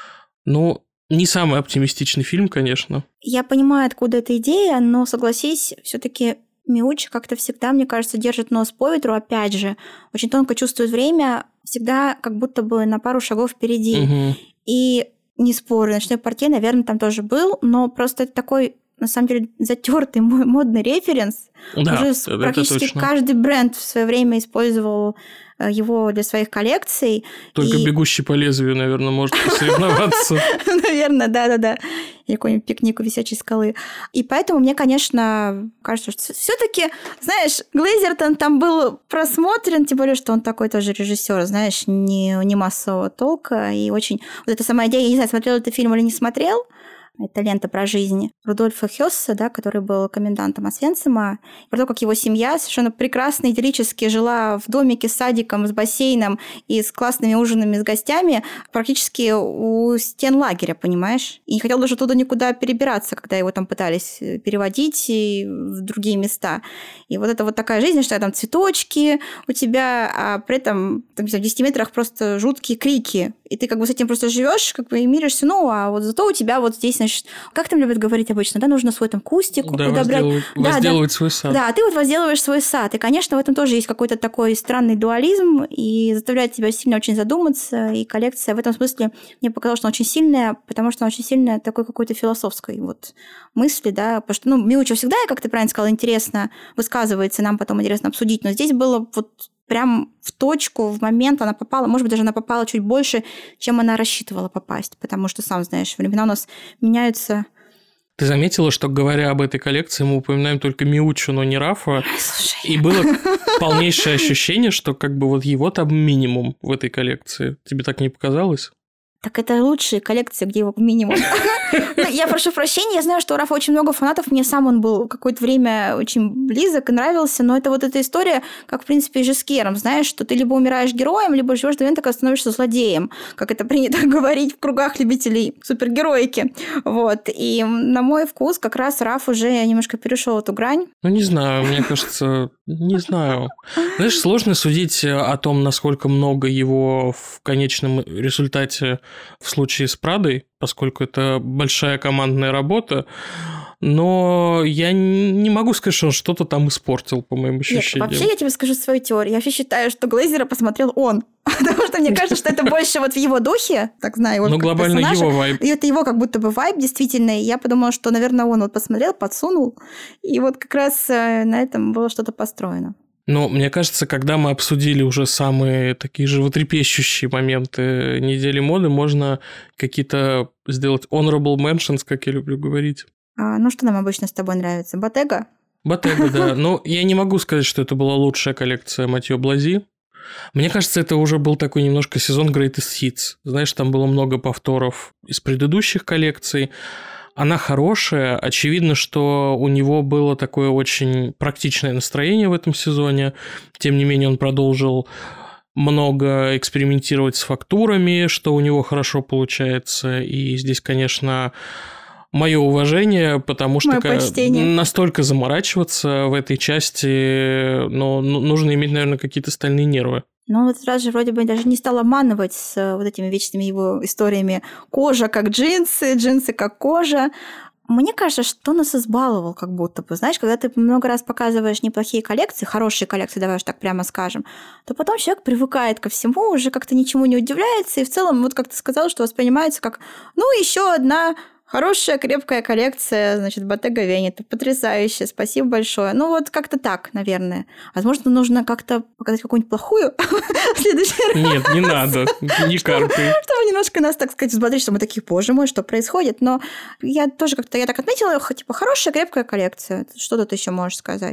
Speaker 1: Ну, не самый оптимистичный фильм, конечно.
Speaker 2: Я понимаю, откуда эта идея, но, согласись, все-таки Миучи как-то всегда, мне кажется, держит нос по ветру, опять же, очень тонко чувствует время, всегда как будто бы на пару шагов впереди. И не спорю, «Ночной портье», наверное, там тоже был, но просто это такой, на самом деле, затертый модный референс.
Speaker 1: Да,
Speaker 2: уже практически каждый бренд в свое время использовал его для своих коллекций.
Speaker 1: Только «Бегущий по лезвию», наверное, может посоревноваться.
Speaker 2: Наверное, да-да-да. Или какой-нибудь «Пикник у висячей скалы». И поэтому мне, конечно, кажется, что все-таки, знаешь, Глейзер там был просмотрен, тем более, что он такой тоже режиссер, знаешь, не массового толка. И очень... Вот эта сама идея, я не знаю, смотрел ты фильм или не смотрел, это лента про жизнь Рудольфа Хёсса, да, который был комендантом Освенцима, про то, как его семья совершенно прекрасно, идиллически жила в домике с садиком, с бассейном и с классными ужинами с гостями практически у стен лагеря, понимаешь? И не хотел даже туда никуда перебираться, когда его там пытались переводить в другие места. И вот это вот такая жизнь, что там цветочки у тебя, а при этом там, в 10 метрах просто жуткие крики. И ты как бы с этим просто живешь, как бы и миришься, ну, а вот зато у тебя вот здесь значит, как там любят говорить обычно, да, нужно свой там кустик удобрять.
Speaker 1: Возделывать свой сад.
Speaker 2: Да, ты вот возделываешь свой сад. И, конечно, в этом тоже есть какой-то такой странный дуализм и заставляет тебя сильно очень задуматься. И коллекция в этом смысле мне показалось, что она очень сильная, потому что она очень сильная такой какой-то философской вот мысли, да, потому что, Миучо всегда, как ты правильно сказала, интересно высказывается, нам потом интересно обсудить, но здесь было вот прям в точку, в момент она попала, может быть, даже она попала чуть больше, чем она рассчитывала попасть, потому что, сам знаешь, времена у нас меняются.
Speaker 1: Ты заметила, что, говоря об этой коллекции, мы упоминаем только Миучу, но не Рафа.
Speaker 2: Слушай.
Speaker 1: И было полнейшее ощущение, что как бы вот его там минимум в этой коллекции. Тебе так не показалось?
Speaker 2: Так это лучшая коллекция, где его минимум. Я прошу прощения, я знаю, что у Рафа очень много фанатов, мне сам он был какое-то время очень близок и нравился, но это вот эта история, как, в принципе, и же с Кером, знаешь, что ты либо умираешь героем, либо живешь до момента, когда становишься злодеем, как это принято говорить в кругах любителей супергероики. Вот. И на мой вкус как раз Раф уже немножко перешел эту грань.
Speaker 1: Не знаю, мне кажется, не знаю. Знаешь, сложно судить о том, насколько много его в конечном результате в случае с Прадой, поскольку это большая командная работа, но я не могу сказать, что он что-то там испортил, по моим ощущениям.
Speaker 2: Нет, вообще я тебе скажу свою теорию. Я вообще считаю, что Глейзера посмотрел он. Потому что мне кажется, что это больше вот в его духе, так знаю, его
Speaker 1: глобально
Speaker 2: персонажа.
Speaker 1: Его вайб.
Speaker 2: И это его как будто бы вайб, действительно. И я подумала, что, наверное, он вот посмотрел, подсунул, и вот как раз на этом было что-то построено.
Speaker 1: Но мне кажется, когда мы обсудили уже самые такие животрепещущие моменты недели моды, можно какие-то сделать honorable mentions, как я люблю говорить.
Speaker 2: Что нам обычно с тобой нравится? Bottega?
Speaker 1: Bottega, да. Но я не могу сказать, что это была лучшая коллекция Матьё Блази. Мне кажется, это уже был такой немножко сезон Greatest Hits. Знаешь, там было много повторов из предыдущих коллекций. Она хорошая. Очевидно, что у него было такое очень практичное настроение в этом сезоне. Тем не менее, он продолжил много экспериментировать с фактурами, что у него хорошо получается. И здесь, конечно, мое уважение, потому что настолько заморачиваться в этой части, но нужно иметь, наверное, какие-то стальные нервы.
Speaker 2: Но вот сразу же вроде бы даже не стал обманывать с вот этими вечными его историями кожа как джинсы, джинсы как кожа. Мне кажется, что он нас избаловал как будто бы. Знаешь, когда ты много раз показываешь неплохие коллекции, хорошие коллекции, давай уж так прямо скажем, то потом человек привыкает ко всему, уже как-то ничему не удивляется, и в целом, вот как ты сказал, что воспринимается как, еще одна хорошая, крепкая коллекция, значит, Bottega Veneta. Потрясающе, спасибо большое. Вот как-то так, наверное. Возможно, нужно как-то показать какую-нибудь плохую в следующий раз.
Speaker 1: Нет, не надо, не каркай.
Speaker 2: Чтобы немножко нас, так сказать, взбодрить, что мы такие, боже мой, что происходит. Но я тоже как-то, я так отметила, типа, хорошая, крепкая коллекция. Что тут еще можешь сказать?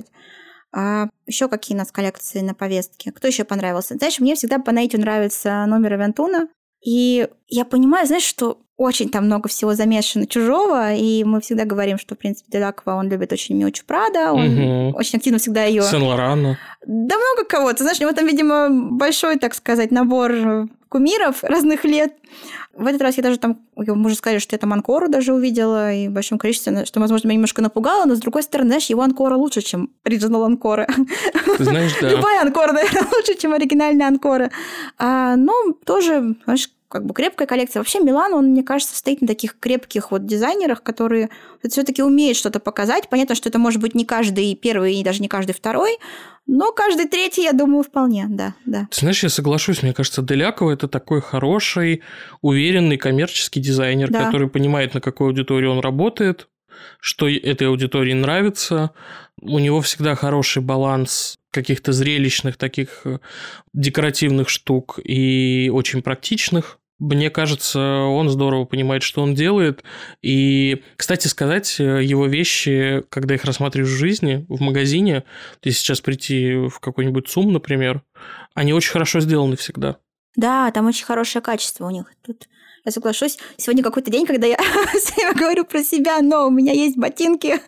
Speaker 2: Еще какие у нас коллекции на повестке? Кто еще понравился? Знаешь, мне всегда по наитию нравится номер Авентуна. И я понимаю, знаешь, что очень там много всего замешано чужого, и мы всегда говорим, что, в принципе, Делаква, он любит очень Миучу Прада, он очень активно всегда ее.
Speaker 1: Сен-Лорана.
Speaker 2: Да много кого. Ты знаешь, у него там, видимо, большой, так сказать, набор кумиров разных лет. В этот раз я даже там, можно сказать, что я там Анкору даже увидела, и в большом количестве, что, возможно, меня немножко напугало, но, с другой стороны, знаешь, его Анкора лучше, чем оригинал Анкора.
Speaker 1: Ты знаешь, да.
Speaker 2: Любая Анкора, наверное, лучше, чем оригинальная Анкора. Но тоже, знаешь, как бы крепкая коллекция. Вообще Милан, он, мне кажется, стоит на таких крепких вот дизайнерах, которые все-таки умеют что-то показать. Понятно, что это может быть не каждый первый и даже не каждый второй, но каждый третий, я думаю, вполне, да.
Speaker 1: Ты знаешь, я соглашусь, мне кажется, Делякова – это такой хороший, уверенный коммерческий дизайнер, который понимает, на какой аудитории он работает, что этой аудитории нравится. У него всегда хороший баланс каких-то зрелищных, таких декоративных штук и очень практичных. Мне кажется, он здорово понимает, что он делает. И, кстати сказать, его вещи, когда их рассматриваешь в жизни, в магазине, если сейчас прийти в какой-нибудь ЦУМ, например, они очень хорошо сделаны всегда.
Speaker 2: Да, там очень хорошее качество у них. Тут я соглашусь. Сегодня какой-то день, когда я все время говорю про себя, но у меня есть ботинки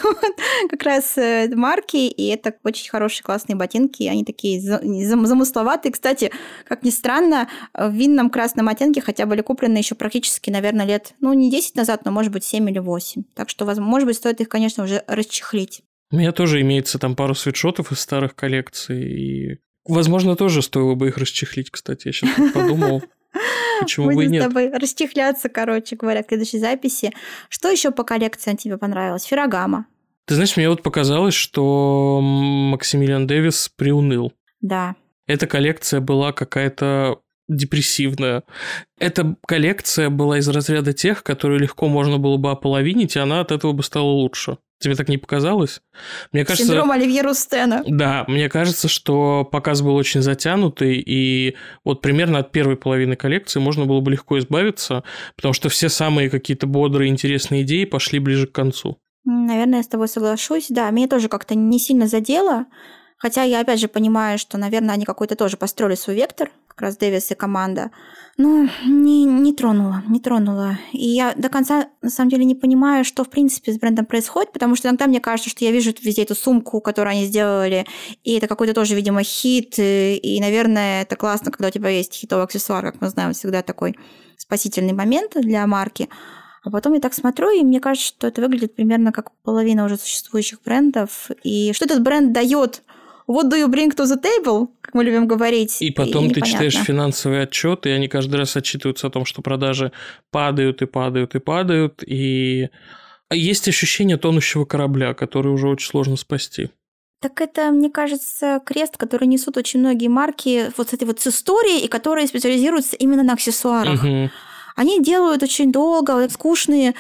Speaker 2: как раз марки, и это очень хорошие, классные ботинки. Они такие замысловатые. Кстати, как ни странно, в винном красном оттенке, хотя были куплены еще практически, наверное, лет, не 10 назад, но, может быть, 7 или 8. Так что, может быть, стоит их, конечно, уже расчехлить.
Speaker 1: У меня тоже имеется там пару свитшотов из старых коллекций, и, возможно, тоже стоило бы их расчехлить, кстати, я сейчас подумал. Почему бы и нет?
Speaker 2: Будем с тобой расчехляться, короче говоря, в следующей записи. Что еще по коллекциям тебе понравилось? Феррагама.
Speaker 1: Ты знаешь, мне вот показалось, что Максимилиан Дэвис приуныл.
Speaker 2: Да.
Speaker 1: Эта коллекция была какая-то депрессивная. Эта коллекция была из разряда тех, которые легко можно было бы ополовинить, и она от этого бы стала лучше. Тебе так не показалось? Мне кажется,
Speaker 2: синдром Оливье Рустена.
Speaker 1: Да, мне кажется, что показ был очень затянутый, и вот примерно от первой половины коллекции можно было бы легко избавиться, потому что все самые какие-то бодрые, интересные идеи пошли ближе к концу.
Speaker 2: Наверное, я с тобой соглашусь. Да, меня тоже как-то не сильно задело, хотя я опять же понимаю, что, наверное, они какой-то тоже построили свой вектор, как раз Дэвис и команда. Ну, не тронула. И я до конца, на самом деле, не понимаю, что, в принципе, с брендом происходит, потому что иногда мне кажется, что я вижу везде эту сумку, которую они сделали, и это какой-то тоже, видимо, хит, и, наверное, это классно, когда у тебя есть хитовый аксессуар, как мы знаем, всегда такой спасительный момент для марки. А потом я так смотрю, и мне кажется, что это выглядит примерно как половина уже существующих брендов, и что этот бренд дает. What do you bring to the table, как мы любим говорить.
Speaker 1: И потом ты читаешь финансовый отчет, и они каждый раз отчитываются о том, что продажи падают и падают и падают, и есть ощущение тонущего корабля, который уже очень сложно спасти.
Speaker 2: Так это, мне кажется, крест, который несут очень многие марки вот с этой вот с историей, и которые специализируются именно на аксессуарах. Угу. Они делают очень долго вот скучные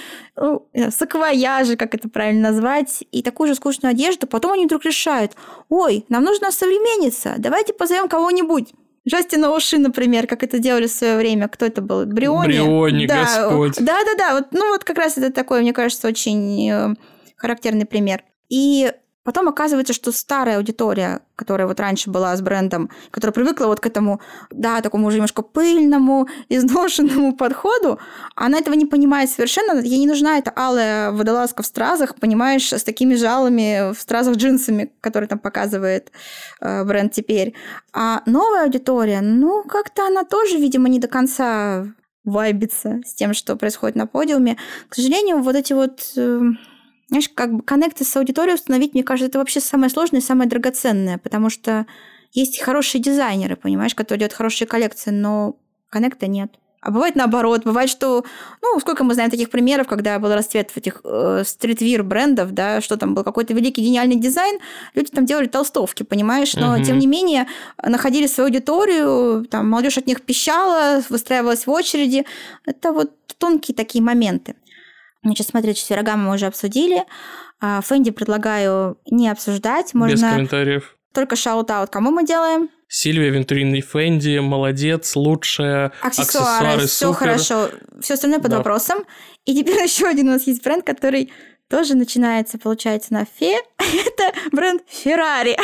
Speaker 2: саквояжи, как это правильно назвать, и такую же скучную одежду. Потом они вдруг решают: ой, нам нужна современница, давайте позовем кого-нибудь. Джастина Оши, например, как это делали в свое время. Кто это был? Бриони?
Speaker 1: Бриони, да, Господь.
Speaker 2: Да. Вот как раз это такой, мне кажется, очень характерный пример. И потом оказывается, что старая аудитория, которая вот раньше была с брендом, которая привыкла вот к этому, да, такому уже немножко пыльному, изношенному подходу, она этого не понимает совершенно. Ей не нужна эта алая водолазка в стразах, понимаешь, с такими жалами в стразах джинсами, которые там показывает бренд теперь. А новая аудитория, ну, как-то она тоже, видимо, не до конца вайбится с тем, что происходит на подиуме. К сожалению, вот эти вот... Знаешь, как бы коннекты с аудиторией установить, мне кажется, это вообще самое сложное и самое драгоценное, потому что есть хорошие дизайнеры, понимаешь, которые делают хорошие коллекции, но коннекта нет. А бывает наоборот, бывает, что... Ну, сколько мы знаем таких примеров, когда был расцвет в этих стритвир брендов, да, что там был какой-то великий гениальный дизайн, люди там делали толстовки, понимаешь, но, тем не менее, находили свою аудиторию, там, молодежь от них пищала, выстраивалась в очереди. Это вот тонкие такие моменты. Значит, смотрите, Феррагаму мы уже обсудили. Фенди предлагаю не обсуждать. Можно...
Speaker 1: Без комментариев.
Speaker 2: Только шаут-аут. Кому мы делаем?
Speaker 1: Сильвия Вентурини Фенди, молодец, лучшая. Аксессуары
Speaker 2: все
Speaker 1: супер.
Speaker 2: Хорошо. Все остальное под вопросом. И теперь еще один у нас есть бренд, который тоже начинается, получается, на фе. Это бренд Феррари.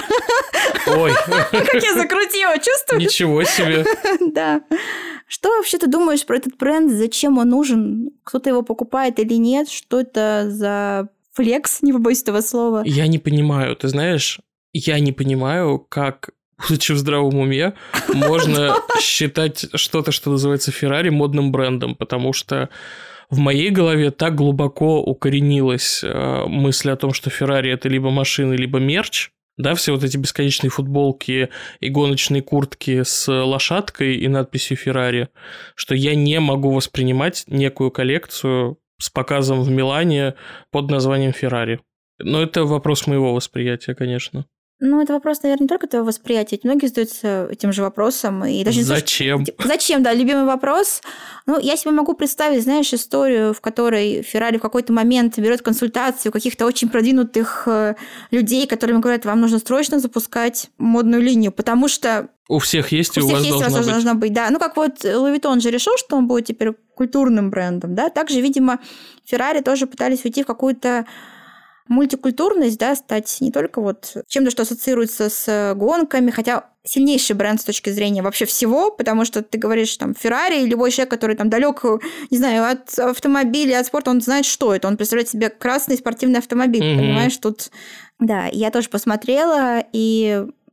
Speaker 1: Ой.
Speaker 2: Как я закрутила, чувствуешь?
Speaker 1: Ничего себе.
Speaker 2: Да. Что вообще ты думаешь про этот бренд? Зачем он нужен? Кто-то его покупает или нет? Что это за флекс? Не побоюсь этого слова.
Speaker 1: Я не понимаю. Ты знаешь, я не понимаю, как, будучи в здравом уме, можно считать что-то, что называется Феррари, модным брендом, потому что в моей голове так глубоко укоренилась мысль о том, что Феррари – это либо машины, либо мерч. Да, все вот эти бесконечные футболки и гоночные куртки с лошадкой и надписью «Феррари», что я не могу воспринимать некую коллекцию с показом в Милане под названием «Феррари». Но это вопрос моего восприятия, конечно.
Speaker 2: Ну, это вопрос, наверное, не только твоего восприятия. Многие задаются этим же вопросом. И даже
Speaker 1: зачем?
Speaker 2: Зачем, да, любимый вопрос. Ну, я себе могу представить, знаешь, историю, в которой Феррари в какой-то момент берет консультацию каких-то очень продвинутых людей, которым говорят: вам нужно срочно запускать модную линию, потому что...
Speaker 1: У всех есть, и у вас
Speaker 2: должна быть. Да. Ну, как вот Луи Виттон же решил, что он будет теперь культурным брендом, да. Также, видимо, Феррари тоже пытались уйти в какую-то мультикультурность, да, стать не только вот чем-то, что ассоциируется с гонками, хотя сильнейший бренд с точки зрения вообще всего, потому что ты говоришь там Феррари, и любой человек, который там далек, не знаю, от автомобиля, от спорта, он знает, что это. Он представляет себе красный спортивный автомобиль, понимаешь, тут... Да, я тоже посмотрела, и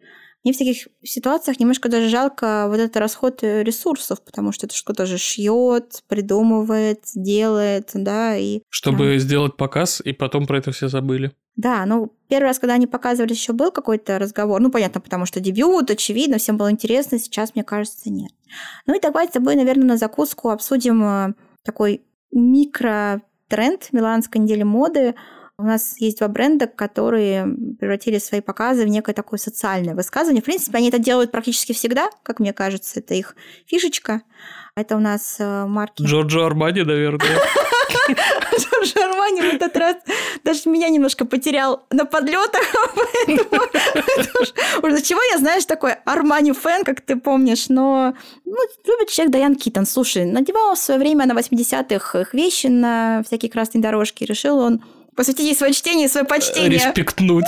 Speaker 2: мне в таких ситуациях немножко даже жалко вот этот расход ресурсов, потому что это что-то же шьет, придумывает, делает, да, и...
Speaker 1: Чтобы сделать показ, и потом про это все забыли.
Speaker 2: Да, первый раз, когда они показывались, еще был какой-то разговор. Понятно, потому что дебют, очевидно, всем было интересно, сейчас, мне кажется, нет. И давай с тобой, наверное, на закуску обсудим такой микротренд Миланской недели моды. У нас есть 2 бренда, которые превратили свои показы в некое такое социальное высказывание. В принципе, они это делают практически всегда, как мне кажется, это их фишечка. Это у нас марки...
Speaker 1: Джорджо Армани, наверное.
Speaker 2: Джорджо Армани в этот раз даже меня немножко потерял на подлетах. Уже чего я, знаешь, такой Армани-фэн, как ты помнишь, но любит человек Дайан Китон. Слушай, надевал в свое время на 80-х их вещи на всякие красные дорожки. Решил он посвятить ей свое чтение и свое почтение.
Speaker 1: Респектнуть.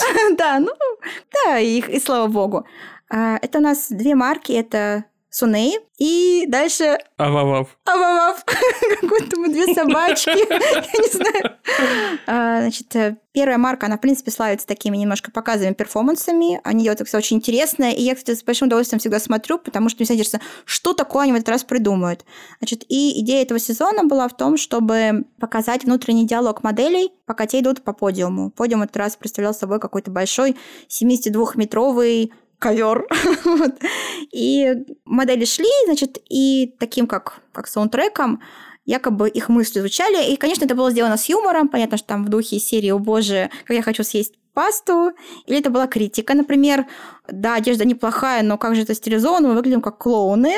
Speaker 2: Да, и слава богу. Это у нас 2 марки, это Суней и дальше...
Speaker 1: Ававав.
Speaker 2: Как будто мы 2 собачки. Я не знаю. Значит, первая марка, она, в принципе, славится такими немножко показовыми перформансами. Они делают это все очень интересно. И я, кстати, с большим удовольствием всегда смотрю, потому что мне всегда интересно, что такое они в этот раз придумают. Значит, и идея этого сезона была в том, чтобы показать внутренний диалог моделей, пока те идут по подиуму. Подиум в этот раз представлял собой какой-то большой 72-метровый ковер. И модели шли, значит, и таким как саундтреком якобы их мысли звучали. И, конечно, это было сделано с юмором. Понятно, что там в духе серии «О боже, как я хочу съесть пасту». Или это была критика, например. Да, одежда неплохая, но как же это стилизовано, мы выглядим как клоуны.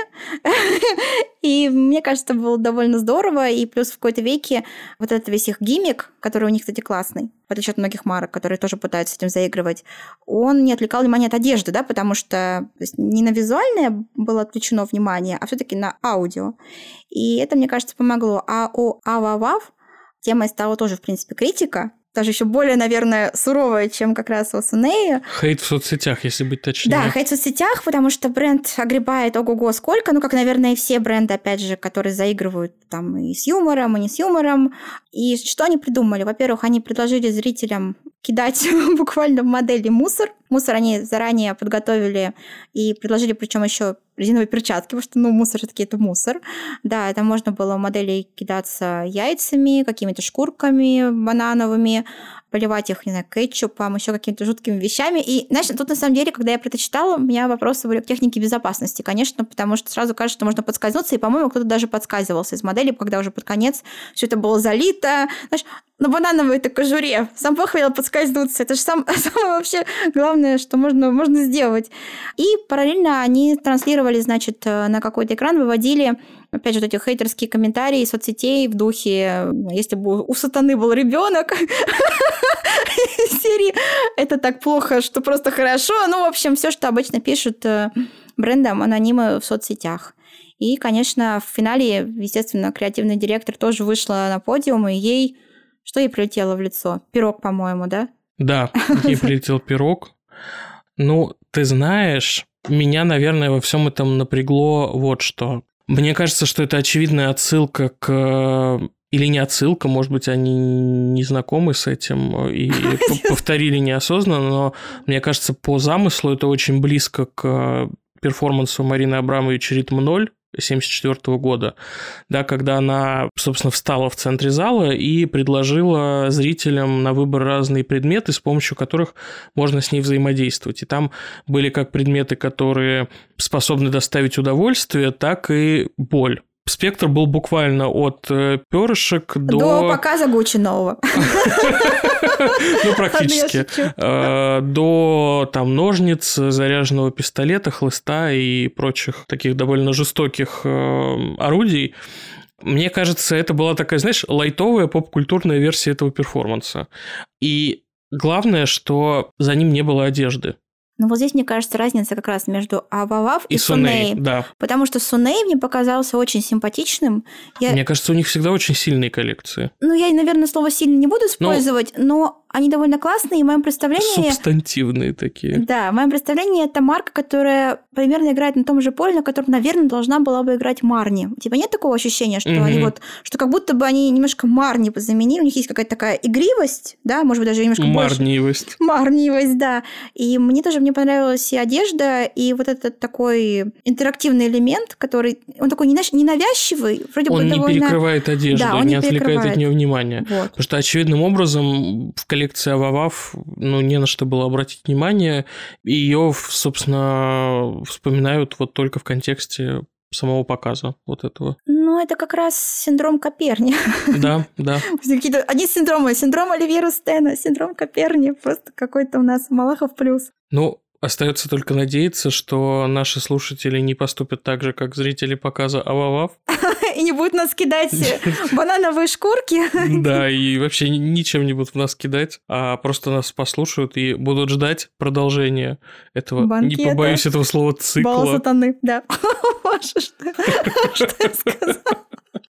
Speaker 2: И мне кажется, это было довольно здорово. И плюс в какой-то веке вот этот весь их гиммик, который у них, кстати, классный, в отличие от многих марок, которые тоже пытаются с этим заигрывать, он не отвлекал внимание от одежды, да, потому что не на визуальное было отвлечено внимание, а все-таки на аудио. И это, мне кажется, помогло. А у Ававав темой стала тоже, в принципе, критика, даже еще более, наверное, суровая, чем как раз у Сунея.
Speaker 1: Хейт в соцсетях, если быть точнее.
Speaker 2: Да, хейт в соцсетях, потому что бренд огребает ого-го сколько, как, наверное, и все бренды, опять же, которые заигрывают там и с юмором, и не с юмором. И что они придумали? Во-первых, они предложили зрителям кидать буквально в модели мусор. Мусор они заранее подготовили и предложили, причем еще резиновые перчатки, потому что, мусор все-таки это мусор. Да, там можно было в моделей кидаться яйцами, какими-то шкурками банановыми, поливать их, не знаю, кетчупом, еще какими-то жуткими вещами. И, знаешь, тут на самом деле, когда я про это читала, у меня вопросы были к технике безопасности, конечно, потому что сразу кажется, что можно подскользнуться, и, по-моему, кто-то даже подсказывался из модели, когда уже под конец все это было залито. Знаешь, на банановой этой кожуре. Сам Бог велел подскользнуться. Это же самое вообще главное, что можно сделать. И параллельно они транслировали, значит, на какой-то экран, выводили, опять же, вот эти хейтерские комментарии из соцсетей в духе, если бы у сатаны был ребенок, серии «Это так плохо, что просто хорошо». В общем, все, что обычно пишут брендам анонимы в соцсетях. И, конечно, в финале, естественно, креативный директор тоже вышла на подиум, и ей... Что ей прилетело в лицо? Пирог, по-моему, да?
Speaker 1: Да, ей прилетел пирог. Ты знаешь, меня, наверное, во всем этом напрягло вот что. Мне кажется, что это очевидная отсылка к... Или не отсылка, может быть, они не знакомы с этим и повторили неосознанно, но мне кажется, по замыслу это очень близко к перформансу Марины Абрамович «Ритм 0» 1974 года, да, когда она, собственно, встала в центре зала и предложила зрителям на выбор разные предметы, с помощью которых можно с ней взаимодействовать. И там были как предметы, которые способны доставить удовольствие, так и боль. Спектр был буквально от перышек
Speaker 2: до показа Гуччи нового.
Speaker 1: Практически. До ножниц, заряженного пистолета, хлыста и прочих таких довольно жестоких орудий. Мне кажется, это была такая, знаешь, лайтовая поп-культурная версия этого перформанса. И главное, что за ним не было одежды.
Speaker 2: Вот здесь, мне кажется, разница как раз между Ававав и Суней.
Speaker 1: Да.
Speaker 2: Потому что Суней мне показался очень симпатичным.
Speaker 1: Мне кажется, у них всегда очень сильные коллекции.
Speaker 2: Я, наверное, слово «сильный» не буду использовать, но они довольно классные, и в моем представлении...
Speaker 1: Субстантивные такие.
Speaker 2: Да, в моем представлении это марка, которая примерно играет на том же поле, на котором, наверное, должна была бы играть Марни. Типа нет такого ощущения, что они вот... Что как будто бы они немножко Марни заменили, у них есть какая-то такая игривость, да, может быть, даже немножко
Speaker 1: Марниевость.
Speaker 2: Марниевость, да. И мне понравилась и одежда, и вот этот такой интерактивный элемент, который... Он такой ненавязчивый, вроде бы
Speaker 1: он
Speaker 2: довольно...
Speaker 1: не перекрывает одежду,
Speaker 2: да, он
Speaker 1: не отвлекает от нее внимание.
Speaker 2: Вот.
Speaker 1: Потому что очевидным образом в коллекции Ававав не на что было обратить внимание, и ее, собственно, вспоминают вот только в контексте самого показа вот этого.
Speaker 2: Ну, это как раз синдром Коперни.
Speaker 1: Да.
Speaker 2: Какие-то одни синдромы. Синдром Оливьера Стена, синдром Коперни. Просто какой-то у нас Малахов плюс.
Speaker 1: Ну, остается только надеяться, что наши слушатели не поступят так же, как зрители показа Ававав.
Speaker 2: И не будут нас кидать банановые шкурки.
Speaker 1: Да, и вообще ничем не будут в нас кидать, а просто нас послушают и будут ждать продолжения этого,
Speaker 2: банкета.
Speaker 1: Не побоюсь этого слова, цикла.
Speaker 2: Бал сатаны, да. Что я сказала?